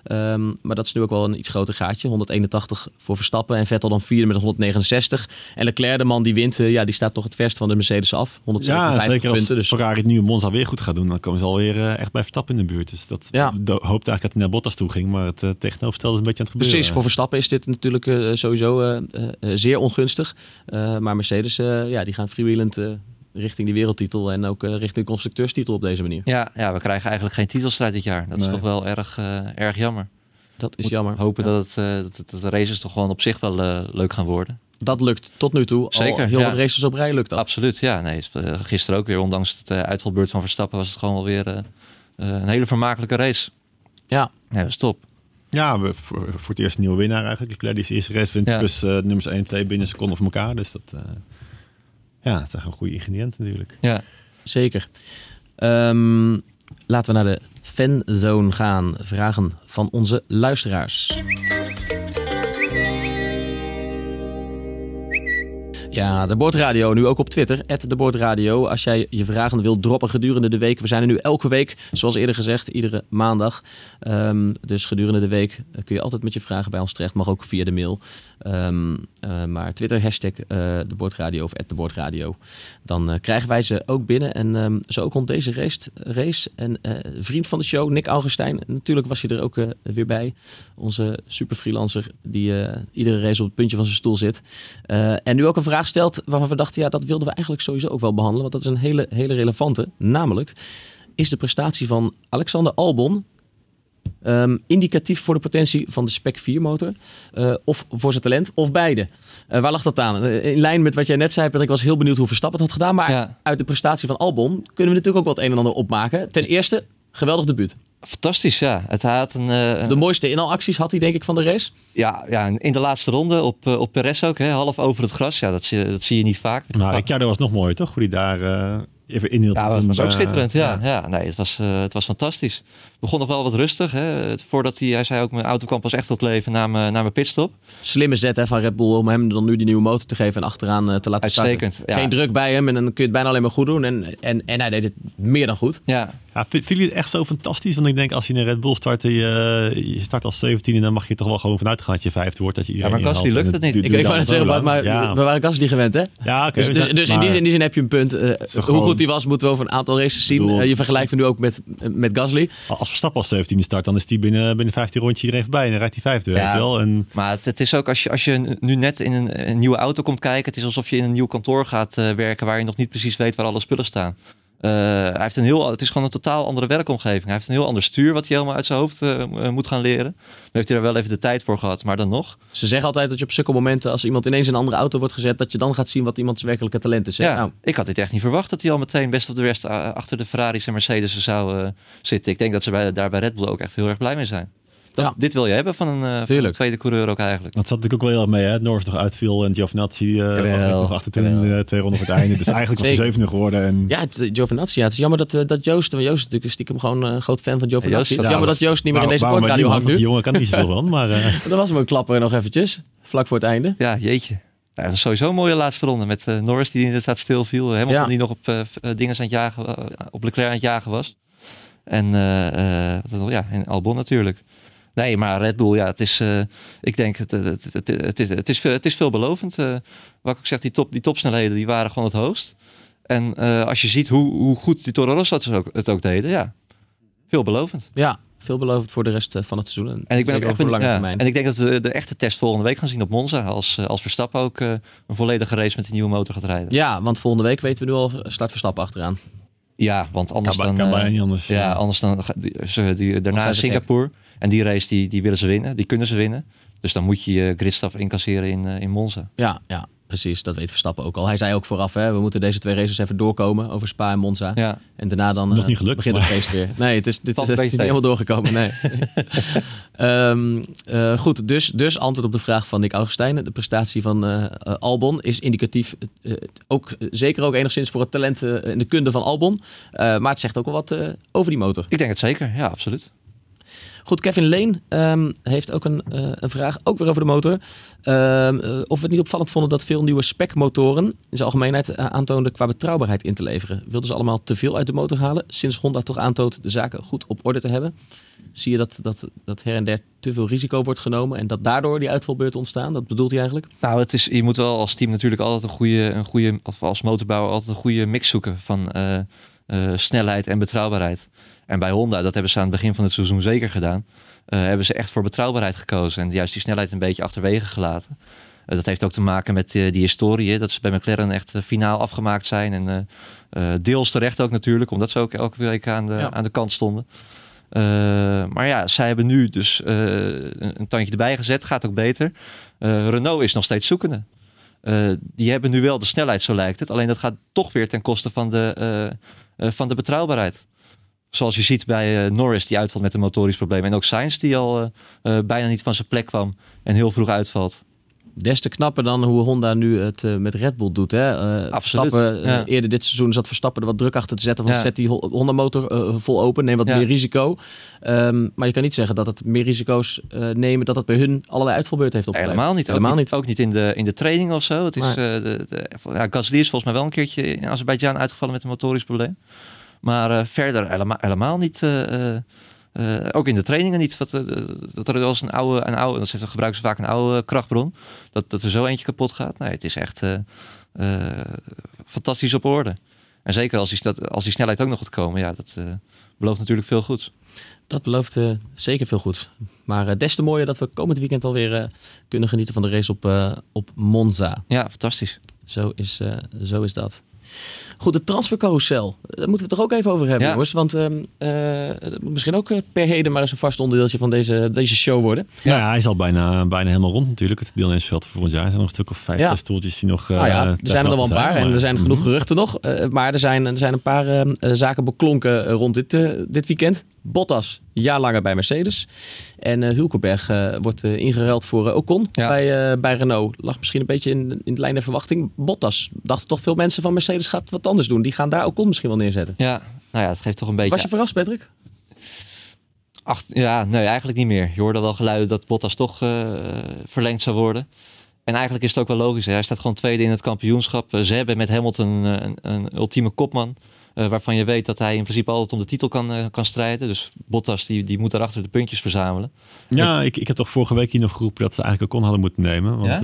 Maar dat is nu ook wel een iets groter gaatje. 181 voor Verstappen en Vettel dan vierde met 169. En Leclerc, de man die wint, die staat toch het verst van de Mercedes af. 157 zeker punten. Als Ferrari het nu in Monza weer goed gaat doen, dan komen ze alweer echt bij Verstappen in de buurt. Dus dat hoopte eigenlijk dat hij naar Bottas toe ging. Maar het tegenovergestelde is een beetje aan het gebeuren. Precies, voor Verstappen is dit natuurlijk sowieso zeer ongunstig. Maar Mercedes, die gaan freewheelend richting die wereldtitel en ook richting de constructeurstitel op deze manier. Ja, we krijgen eigenlijk geen titelstrijd dit jaar. Dat is toch wel erg jammer. Dat is jammer. Hopen dat de races toch gewoon op zich wel leuk gaan worden. Dat lukt tot nu toe. Zeker. Al heel wat races op rij lukt dat. Absoluut, ja. Nee, gisteren ook weer, ondanks het uitvalbeurt van Verstappen, was het gewoon wel weer een hele vermakelijke race. Ja. Nee, dat is top. Ja, voor het eerst een nieuwe winnaar eigenlijk. Leclerc die zijn eerste race wint, plus nummers 1 en 2 binnen een seconde van elkaar. Dus dat het zijn gewoon goede ingrediënten natuurlijk. Ja, zeker. Laten we naar de fanzone gaan. Vragen van onze luisteraars. Ja, de Boordradio, nu ook op Twitter, @deboordradio. Als jij je vragen wilt droppen gedurende de week. We zijn er nu elke week, zoals eerder gezegd, iedere maandag. Dus gedurende de week kun je altijd met je vragen bij ons terecht. Mag ook via de mail. Maar Twitter, hashtag @deboordradio of @deboordradio. Dan krijgen wij ze ook binnen. En zo ook rond deze race. En vriend van de show, Nick Augustijn. Natuurlijk was je er ook weer bij. Onze super freelancer die iedere race op het puntje van zijn stoel zit. En nu ook een vraag stelt waarvan we dachten, dat wilden we eigenlijk sowieso ook wel behandelen. Want dat is een hele relevante. Namelijk, is de prestatie van Alexander Albon indicatief voor de potentie van de Spec 4 motor? Of voor zijn talent? Of beide? Waar lag dat aan? In lijn met wat jij net zei, Patrick, ik was heel benieuwd hoe Verstappen het had gedaan. Maar uit de prestatie van Albon kunnen we natuurlijk ook wat een en ander opmaken. Ten eerste, geweldig debuut. Fantastisch, ja. Hij had de mooiste inhaalacties had hij denk ik van de race. Ja, in de laatste ronde op Perez ook. Hè, half over het gras. Ja, dat zie je niet vaak. Maar Ricciardo was nog mooi, toch? Hoe hij daar even inhield. Ja, dat was ook schitterend. Ja. Nee, het was fantastisch. Het begon nog wel wat rustig. Hè. Voordat hij zei ook, mijn auto kwam pas echt tot leven na mijn pitstop. Slimme zet van Red Bull om hem dan nu die nieuwe motor te geven en achteraan te laten starten. Uitstekend. Ja. Geen druk bij hem en dan kun je het bijna alleen maar goed doen. En hij deed het meer dan goed. Ja. Vinden jullie het echt zo fantastisch? Want ik denk, als je in een Red Bull start, je start als 17 en dan mag je toch wel gewoon vanuit gaan dat je 5e wordt. Dat je iedereen maar Gasly lukt het niet. Ik wou net zeggen, maar we waren Gasly gewend, hè? Ja, okay, dus in die zin heb je een punt. Hoe goed hij was, moeten we over een aantal races zien. Je vergelijkt hem nu ook met Gasly. Als Verstappen als 17e start, dan is hij binnen 15 rondjes iedereen voorbij. En dan rijdt hij 5e, weet je wel. En... Maar het is ook, als je nu net in een nieuwe auto komt kijken, het is alsof je in een nieuw kantoor gaat werken waar je nog niet precies weet waar alle spullen staan. Het is gewoon een totaal andere werkomgeving. Hij heeft een heel ander stuur wat hij helemaal uit zijn hoofd moet gaan leren. Dan heeft hij daar wel even de tijd voor gehad, maar dan nog. Ze zeggen altijd dat je op zulke momenten, als iemand ineens in een andere auto wordt gezet, dat je dan gaat zien wat iemands werkelijke talent is. Hè? Ja, ik had dit echt niet verwacht dat hij al meteen best of de rest achter de Ferraris en Mercedes zou zitten. Ik denk dat ze daar bij Red Bull ook echt heel erg blij mee zijn. Dit wil je hebben van een tweede coureur ook eigenlijk. Dat zat natuurlijk ook wel heel erg mee, hè? Norris nog uitviel en Giovinazzi nog achter toen 2 ronden voor het einde. Dus eigenlijk was hij 7e geworden. En... Ja, Giovinazzi. Het is jammer dat Joost is natuurlijk stiekem gewoon een groot fan van Giovinazzi. Het is jammer dat Joost niet meer in deze sportradio hangt nu. Die jongen kan niet zoveel van, maar... Dat was hem een klapper nog eventjes, vlak voor het einde. Ja, jeetje. Ja, dat was sowieso een mooie laatste ronde met Norris die inderdaad stil viel. Hamilton die nog op dingen aan het jagen, op Leclerc aan het jagen was. En en Albon natuurlijk. Nee, maar Red Bull, ja, het is, ik denk, het is veelbelovend. Wat ik zeg, die topsnelheden, die waren gewoon het hoogst. En als je ziet hoe goed die Toro Rosso's het ook deden, ja, veelbelovend. Ja, veelbelovend voor de rest van het seizoen. En ik ben ook echt voor lange termijn. En ik denk dat we de echte test volgende week gaan zien op Monza, als Verstappen ook een volledige race met die nieuwe motor gaat rijden. Ja, want volgende week weten we nu al, start Verstappen achteraan. Ja, want anders kan bijna niet anders. Ja, anders dan daarna Singapore. En die race die willen ze winnen, die kunnen ze winnen. Dus dan moet je je gridstaf incasseren in Monza. Ja, precies. Dat weet Verstappen ook al. Hij zei ook vooraf, we moeten deze 2 races even doorkomen over Spa en Monza. Ja. En daarna dan nog niet gelukt, begint het feest weer. Nee, het is niet helemaal doorgekomen. Nee. Goed, dus antwoord op de vraag van Nick Augustijn. De prestatie van Albon is indicatief. Zeker ook enigszins voor het talent en de kunde van Albon. Maar het zegt ook wel wat over die motor. Ik denk het zeker, ja, absoluut. Goed, Kevin Lane heeft ook een vraag, ook weer over de motor. Of we het niet opvallend vonden dat veel nieuwe spec-motoren in zijn algemeenheid aantoonden qua betrouwbaarheid in te leveren. Wilden ze allemaal te veel uit de motor halen, sinds Honda toch aantoont de zaken goed op orde te hebben? Zie je dat her en der te veel risico wordt genomen en dat daardoor die uitvalbeurten ontstaan? Dat bedoelt hij eigenlijk? Nou, je moet wel als team natuurlijk altijd een goede of als motorbouwer altijd een goede mix zoeken van snelheid en betrouwbaarheid. En bij Honda, dat hebben ze aan het begin van het seizoen zeker gedaan, hebben ze echt voor betrouwbaarheid gekozen en juist die snelheid een beetje achterwege gelaten. Dat heeft ook te maken met die historie, dat ze bij McLaren echt finaal afgemaakt zijn. En deels terecht ook natuurlijk, omdat ze ook elke week aan de kant stonden. Maar ja, zij hebben nu dus een tandje erbij gezet, gaat ook beter. Renault is nog steeds zoekende. Die hebben nu wel de snelheid, zo lijkt het. Alleen dat gaat toch weer ten koste van de betrouwbaarheid. Zoals je ziet bij Norris die uitvalt met een motorisch probleem. En ook Sainz die al bijna niet van zijn plek kwam en heel vroeg uitvalt. Des te knapper dan hoe Honda nu het met Red Bull doet. Hè? Absoluut. Eerder dit seizoen zat Verstappen er wat druk achter te zetten. Van zet die Honda motor vol open, neem wat meer risico. Maar je kan niet zeggen dat het meer risico's nemen, dat het bij hun allerlei uitvalbeurten heeft opgeleverd. Helemaal niet. Ook niet in de training of zo. Het is, Gasly is volgens mij wel een keertje in Azerbeidzjan uitgevallen met een motorisch probleem. Maar verder helemaal niet. Ook in de trainingen niet. Dat er was een oude, dan gebruiken ze vaak een oude krachtbron. Dat er zo eentje kapot gaat. Nee, het is echt fantastisch op orde. En zeker als die snelheid ook nog gaat komen. Ja, dat belooft natuurlijk veel goeds. Dat belooft zeker veel goeds. Maar des te mooier dat we komend weekend alweer kunnen genieten van de race op Monza. Ja, fantastisch. Zo is dat. Goed, de transfercarousel. Daar moeten we het toch ook even over hebben, jongens. Want misschien ook per heden maar eens een vast onderdeeltje van deze show worden. Ja, hij is al bijna helemaal rond natuurlijk. Het deelnemersveld voor volgend jaar. Er zijn nog een stuk of 5-6 stoeltjes die nog... er zijn er nog wel een paar en er zijn genoeg geruchten nog. Maar er zijn een paar zaken beklonken rond dit weekend. Bottas jaar langer bij Mercedes. En Hülkenberg wordt ingeruild voor Ocon bij Renault. Lag misschien een beetje in de lijn der verwachting. Bottas, dachten toch veel mensen van Mercedes gaat wat anders doen. Die gaan daar Ocon misschien wel neerzetten. Ja, nou ja, het geeft toch een beetje... Was je verrast, Patrick? Nee, eigenlijk niet meer. Je hoorde wel geluiden dat Bottas toch verlengd zou worden. En eigenlijk is het ook wel logisch. Hè? Hij staat gewoon tweede in het kampioenschap. Ze hebben met Hamilton een ultieme kopman. Waarvan je weet dat hij in principe altijd om de titel kan strijden. Dus Bottas die moet daarachter de puntjes verzamelen. Ja, ik heb toch vorige week hier nog geroepen dat ze eigenlijk Ocon hadden moeten nemen. Want,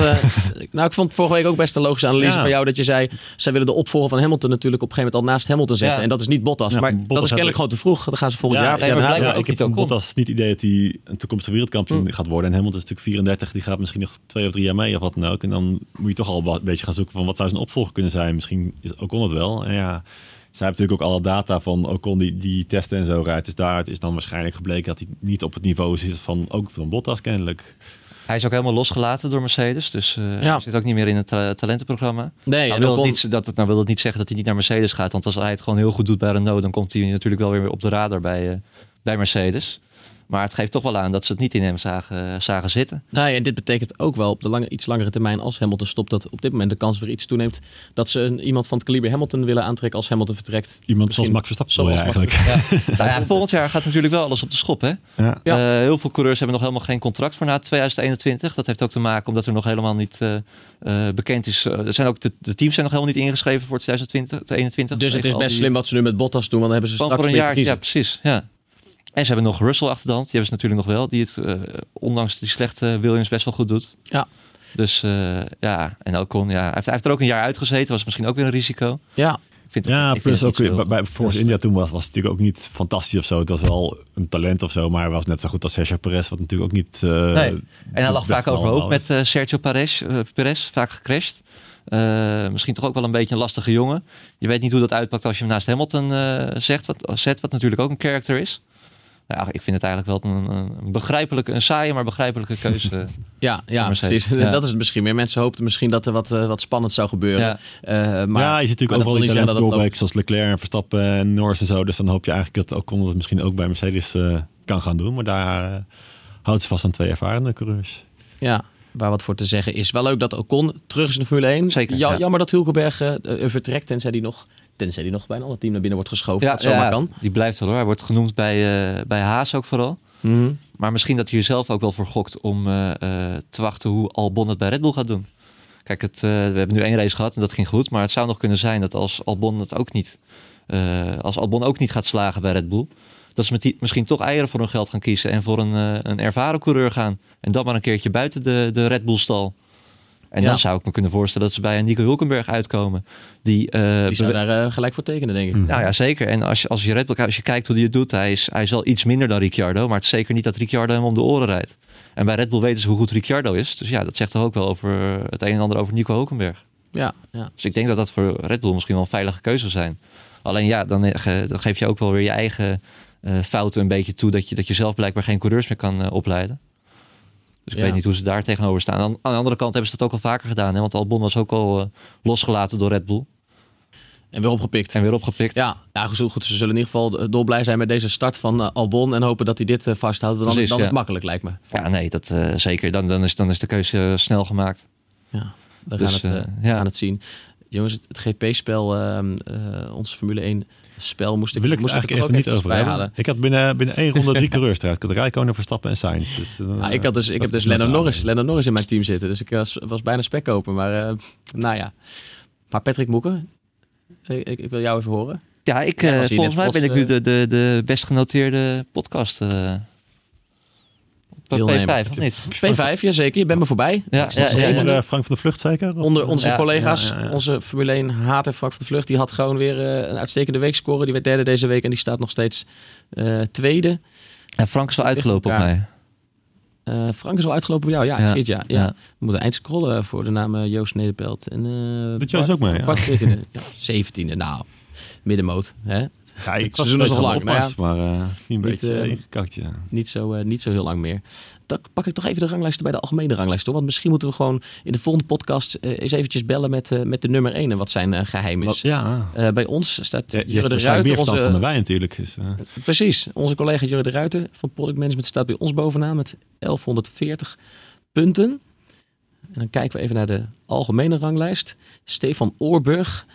ik vond vorige week ook best een logische analyse van jou. Dat je zei, zij willen de opvolger van Hamilton natuurlijk op een gegeven moment al naast Hamilton zetten. Ja. En dat is niet Bottas. Ja, maar Bottas dat is kennelijk gewoon te vroeg. Dan gaan ze volgend jaar. Ik heb van Bottas niet het idee dat hij een toekomstig wereldkampioen gaat worden. En Hamilton is natuurlijk 34. Die gaat misschien nog 2 of 3 jaar mee of wat dan ook. En dan moet je toch al een beetje gaan zoeken van wat zou zijn opvolger kunnen zijn. Misschien is Ocon het wel. En ja... Zij hebben natuurlijk ook alle data van Ocon die testen en zo rijdt. Dus daaruit is dan waarschijnlijk gebleken dat hij niet op het niveau zit van Bottas kennelijk. Hij is ook helemaal losgelaten door Mercedes. Dus hij zit ook niet meer in het talentenprogramma. Nee, nou wil dat niet zeggen dat hij niet naar Mercedes gaat. Want als hij het gewoon heel goed doet bij Renault, dan komt hij natuurlijk wel weer op de radar bij Mercedes. Maar het geeft toch wel aan dat ze het niet in hem zagen zitten. Nou ja, en dit betekent ook wel op de iets langere termijn als Hamilton stopt, dat op dit moment de kans weer iets toeneemt dat ze iemand van het kaliber Hamilton willen aantrekken als Hamilton vertrekt. Iemand zoals Max Verstappen eigenlijk. Volgend jaar gaat natuurlijk wel alles op de schop. Hè? Ja. Heel veel coureurs hebben nog helemaal geen contract voor na 2021. Dat heeft ook te maken omdat er nog helemaal niet bekend is. Er zijn ook de teams zijn nog helemaal niet ingeschreven voor 2021. Dus het is best slim wat ze nu met Bottas doen, want dan hebben ze straks voor een jaar. Ja, precies. Ja. En ze hebben nog Russell achter de hand. Die hebben ze natuurlijk nog wel. Die het, ondanks die slechte Williams, best wel goed doet. Ja. Dus en Ocon, hij heeft er ook een jaar uitgezeten. Was misschien ook weer een risico. Ja. Plus ook bij Force India toen was het natuurlijk ook niet fantastisch of zo. Het was wel een talent of zo. Maar hij was net zo goed als Sergio Perez. Wat natuurlijk ook niet... nee. En hij lag vaak overhoop met Sergio Perez. Vaak gecrashed. Misschien toch ook wel een beetje een lastige jongen. Je weet niet hoe dat uitpakt als je hem naast Hamilton zet. Wat natuurlijk ook een character is. Ja, ik vind het eigenlijk wel een saaie, maar begrijpelijke keuze. Ja, precies. Ja. Dat is het misschien meer. Mensen hoopten misschien dat er wat spannend zou gebeuren. Ja, maar je ziet natuurlijk overal die talenten doorbreken zoals Leclerc en Verstappen en Norris en zo. Dus dan hoop je eigenlijk dat Ocon het misschien ook bij Mercedes kan gaan doen. Maar daar houdt ze vast aan 2 ervarende coureurs. Ja, waar wat voor te zeggen is. Wel leuk dat Ocon terug is in de Formule 1. Zeker, jammer dat Hülkenberg vertrekt tenzij die nog bij een ander team naar binnen wordt geschoven. Dat zomaar kan. Die blijft wel hoor. Hij wordt genoemd bij Haas ook vooral. Mm-hmm. Maar misschien dat hij er zelf ook wel voor gokt om te wachten hoe Albon het bij Red Bull gaat doen. Kijk, we hebben nu 1 race gehad en dat ging goed. Maar het zou nog kunnen zijn dat als Albon ook niet gaat slagen bij Red Bull, dat ze misschien toch eieren voor hun geld gaan kiezen en voor een ervaren coureur gaan. En dat maar een keertje buiten de Red Bull stal. En dan zou ik me kunnen voorstellen dat ze bij een Nico Hülkenberg uitkomen. Die zou daar gelijk voor tekenen, denk ik. Nou ja, zeker. En als je kijkt hoe hij het doet, hij is wel iets minder dan Ricciardo. Maar het is zeker niet dat Ricciardo hem om de oren rijdt. En bij Red Bull weten ze hoe goed Ricciardo is. Dus ja, dat zegt toch ook wel over het een en ander over Nico Hülkenberg. Ja. Dus ik denk dat dat voor Red Bull misschien wel een veilige keuze zou zijn. Alleen dan geef je ook wel weer je eigen fouten een beetje toe. Dat je zelf blijkbaar geen coureurs meer kan opleiden. Dus ik weet niet hoe ze daar tegenover staan. Aan de andere kant hebben ze dat ook al vaker gedaan. Hè? Want Albon was ook al losgelaten door Red Bull. En weer opgepikt. Ja, goed. Ze zullen in ieder geval dolblij zijn met deze start van Albon. En hopen dat hij dit vasthoudt. Want dan is het makkelijk, lijkt me. Ja, nee, dat zeker. Dan is de keuze snel gemaakt. Ja, we gaan het zien. Jongens, het GP-spel, ons Formule 1 spel moest ik eigenlijk even niet over halen. Ik had binnen 1 ronde 3 coureurs eruit. Ik had Räikkönen, Verstappen en Sainz. Dus, ik heb dus Lando Norris in mijn team zitten. Dus ik was bijna spekkoper. Maar Maar Patrick Moeken, ik wil jou even horen. Ja, volgens mij ben ik nu de best genoteerde podcast P5, of niet? P5, jazeker. Je bent me voorbij. Ja. Frank van der Vlucht zeker? Onder onze collega's, onze Formule 1 hater Frank van der Vlucht, die had gewoon weer een uitstekende week scoren. Die werd 3e deze week en die staat nog steeds 2e. En Frank is al uitgelopen op mij. Frank is al uitgelopen op jou, ja. Ik zie het, ja. We moeten eind scrollen voor de naam Joost Nederpelt. En doet Joost ook mee, Bart 17e. Nou, middenmoot. Hè? Ja, ik was seizoen is nog lang. Opmars, maar het is niet een beetje ingekakt, ja. Niet zo heel lang meer. Dan pak ik toch even de ranglijsten bij de algemene ranglijst. Hoor. Want misschien moeten we gewoon in de volgende podcast eens eventjes bellen met de nummer 1 en wat zijn geheim is. Bij ons staat Jurre de Ruiter. Meer van wij natuurlijk. Dus, Precies. Onze collega Jurre de Ruiter van Product Management staat bij ons bovenaan met 1140 punten. En dan kijken we even naar de algemene ranglijst. Stefan Oorburg,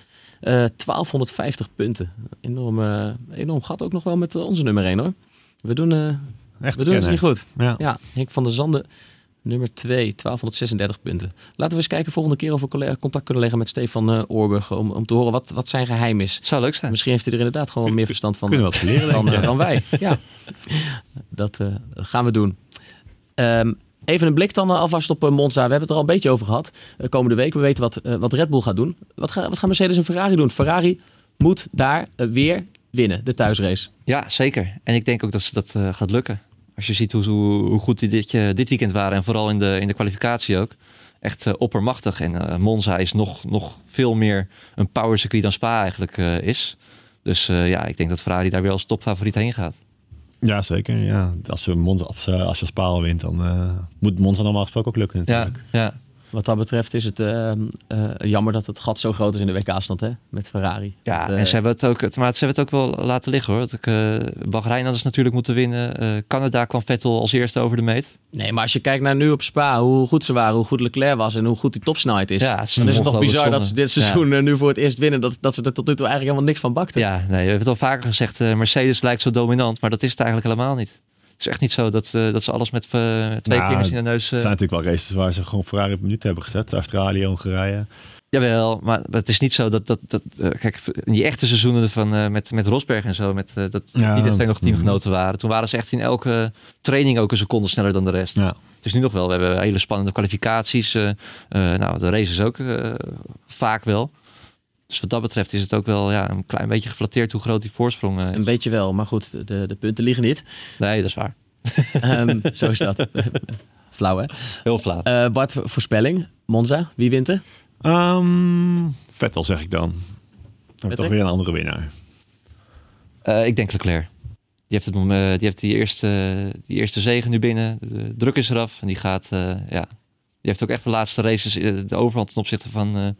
1250 punten. Enorm gat ook nog wel met onze nummer 1 hoor. We doen het niet goed. Ja, Henk van der Zanden, nummer 2, 1236 punten. Laten we eens kijken volgende keer of we contact kunnen leggen met Stefan Oorburg om te horen wat zijn geheim is. Zou leuk zijn. Misschien heeft hij er inderdaad gewoon meer verstand van kunnen we wat leren, dan wij. Ja, dat gaan we doen. Even een blik dan alvast op Monza. We hebben het er al een beetje over gehad. Komende week, we weten wat Red Bull gaat doen. Wat gaan Mercedes en Ferrari doen? Ferrari moet daar weer winnen, de thuisrace. Ja, zeker. En ik denk ook dat dat gaat lukken. Als je ziet hoe goed die dit weekend waren en vooral in de kwalificatie ook. Echt oppermachtig. En Monza is nog veel meer een powercircuit dan Spa eigenlijk is. Dus ik denk dat Ferrari daar weer als topfavoriet heen gaat. Ja, zeker. Ja. Als je Spa wint, dan moet Monza normaal gesproken ook lukken natuurlijk. Ja. Wat dat betreft is het jammer dat het gat zo groot is in de WK-stand met Ferrari. Ja, en ze hebben het ook wel laten liggen hoor. Bahrein hadden ze natuurlijk moeten winnen. Canada kwam Vettel als eerste over de meet. Nee, maar als je kijkt naar nu op Spa, hoe goed ze waren, hoe goed Leclerc was en hoe goed die topsnelheid is. Ja, dan is het toch bizar dat ze dit seizoen nu voor het eerst winnen. Dat ze er tot nu toe eigenlijk helemaal niks van bakten. Ja, nee, we hebben het al vaker gezegd. Mercedes lijkt zo dominant, maar dat is het eigenlijk helemaal niet. Het is echt niet zo dat ze alles met 2 vingers in de neus... Het zijn natuurlijk wel races waar ze gewoon Ferrari op minuten hebben gezet. Australië, Hongarije. Jawel, maar het is niet zo dat kijk, in die echte seizoenen met Rosberg en zo, die de twee nog teamgenoten waren. Toen waren ze echt in elke training ook een seconde sneller dan de rest. Ja. Het is nu nog wel, we hebben hele spannende kwalificaties. De races ook vaak wel. Dus wat dat betreft is het ook wel een klein beetje geflatteerd hoe groot die voorsprong is. Een beetje wel, maar goed, de punten liggen niet. Nee, dat is waar. Zo is dat. Flauw, hè? Heel flauw. Bart, voorspelling. Monza, wie wint er? Vettel zeg ik dan. Dan toch weer een andere winnaar. Ik denk Leclerc. Die heeft die eerste zege nu binnen. De druk is eraf. En die gaat, die heeft ook echt de laatste races de overhand ten opzichte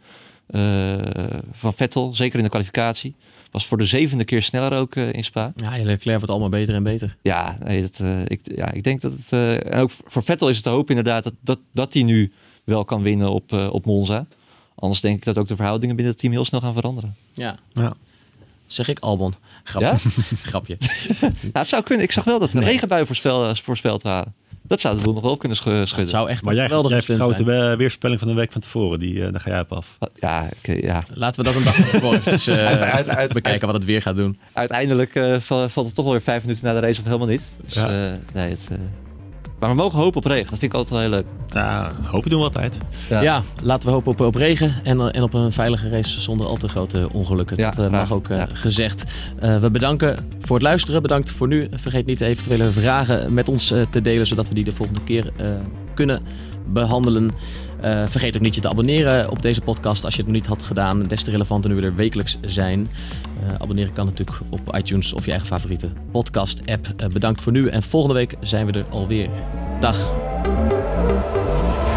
van Vettel. Zeker in de kwalificatie. Was voor de 7e keer sneller ook in Spa. Ja, Leclerc wordt allemaal beter en beter. Ja, ik denk dat het... en ook voor Vettel is het te hopen inderdaad dat hij nu wel kan winnen op Monza. Anders denk ik dat ook de verhoudingen binnen het team heel snel gaan veranderen. Ja. Zeg ik Albon. Grapje. Ja? Grapje. Het zou kunnen. Ik zag wel dat er regenbuien voorspeld waren. Dat zou de boel nog wel kunnen schudden. Het zou echt maar jij vertrouwt de weerspelling van de week van tevoren. Daar ga jij op af. Ja. Laten we dat een dag van tevoren even bekijken wat het weer gaat doen. Uiteindelijk valt het toch wel weer 5 minuten na de race of helemaal niet. Dus, maar we mogen hopen op regen. Dat vind ik altijd wel heel leuk. Ja, hopen doen we altijd. Ja, laten we hopen op regen en op een veilige race zonder al te grote ongelukken. Ja, dat mag ook gezegd. We bedanken voor het luisteren. Bedankt voor nu. Vergeet niet eventuele vragen met ons te delen, zodat we die de volgende keer kunnen behandelen. Vergeet ook niet je te abonneren op deze podcast als je het nog niet had gedaan. Des te relevanter nu we er wekelijks zijn. Abonneren kan natuurlijk op iTunes of je eigen favoriete podcast app. Bedankt voor nu en volgende week zijn we er alweer. Dag.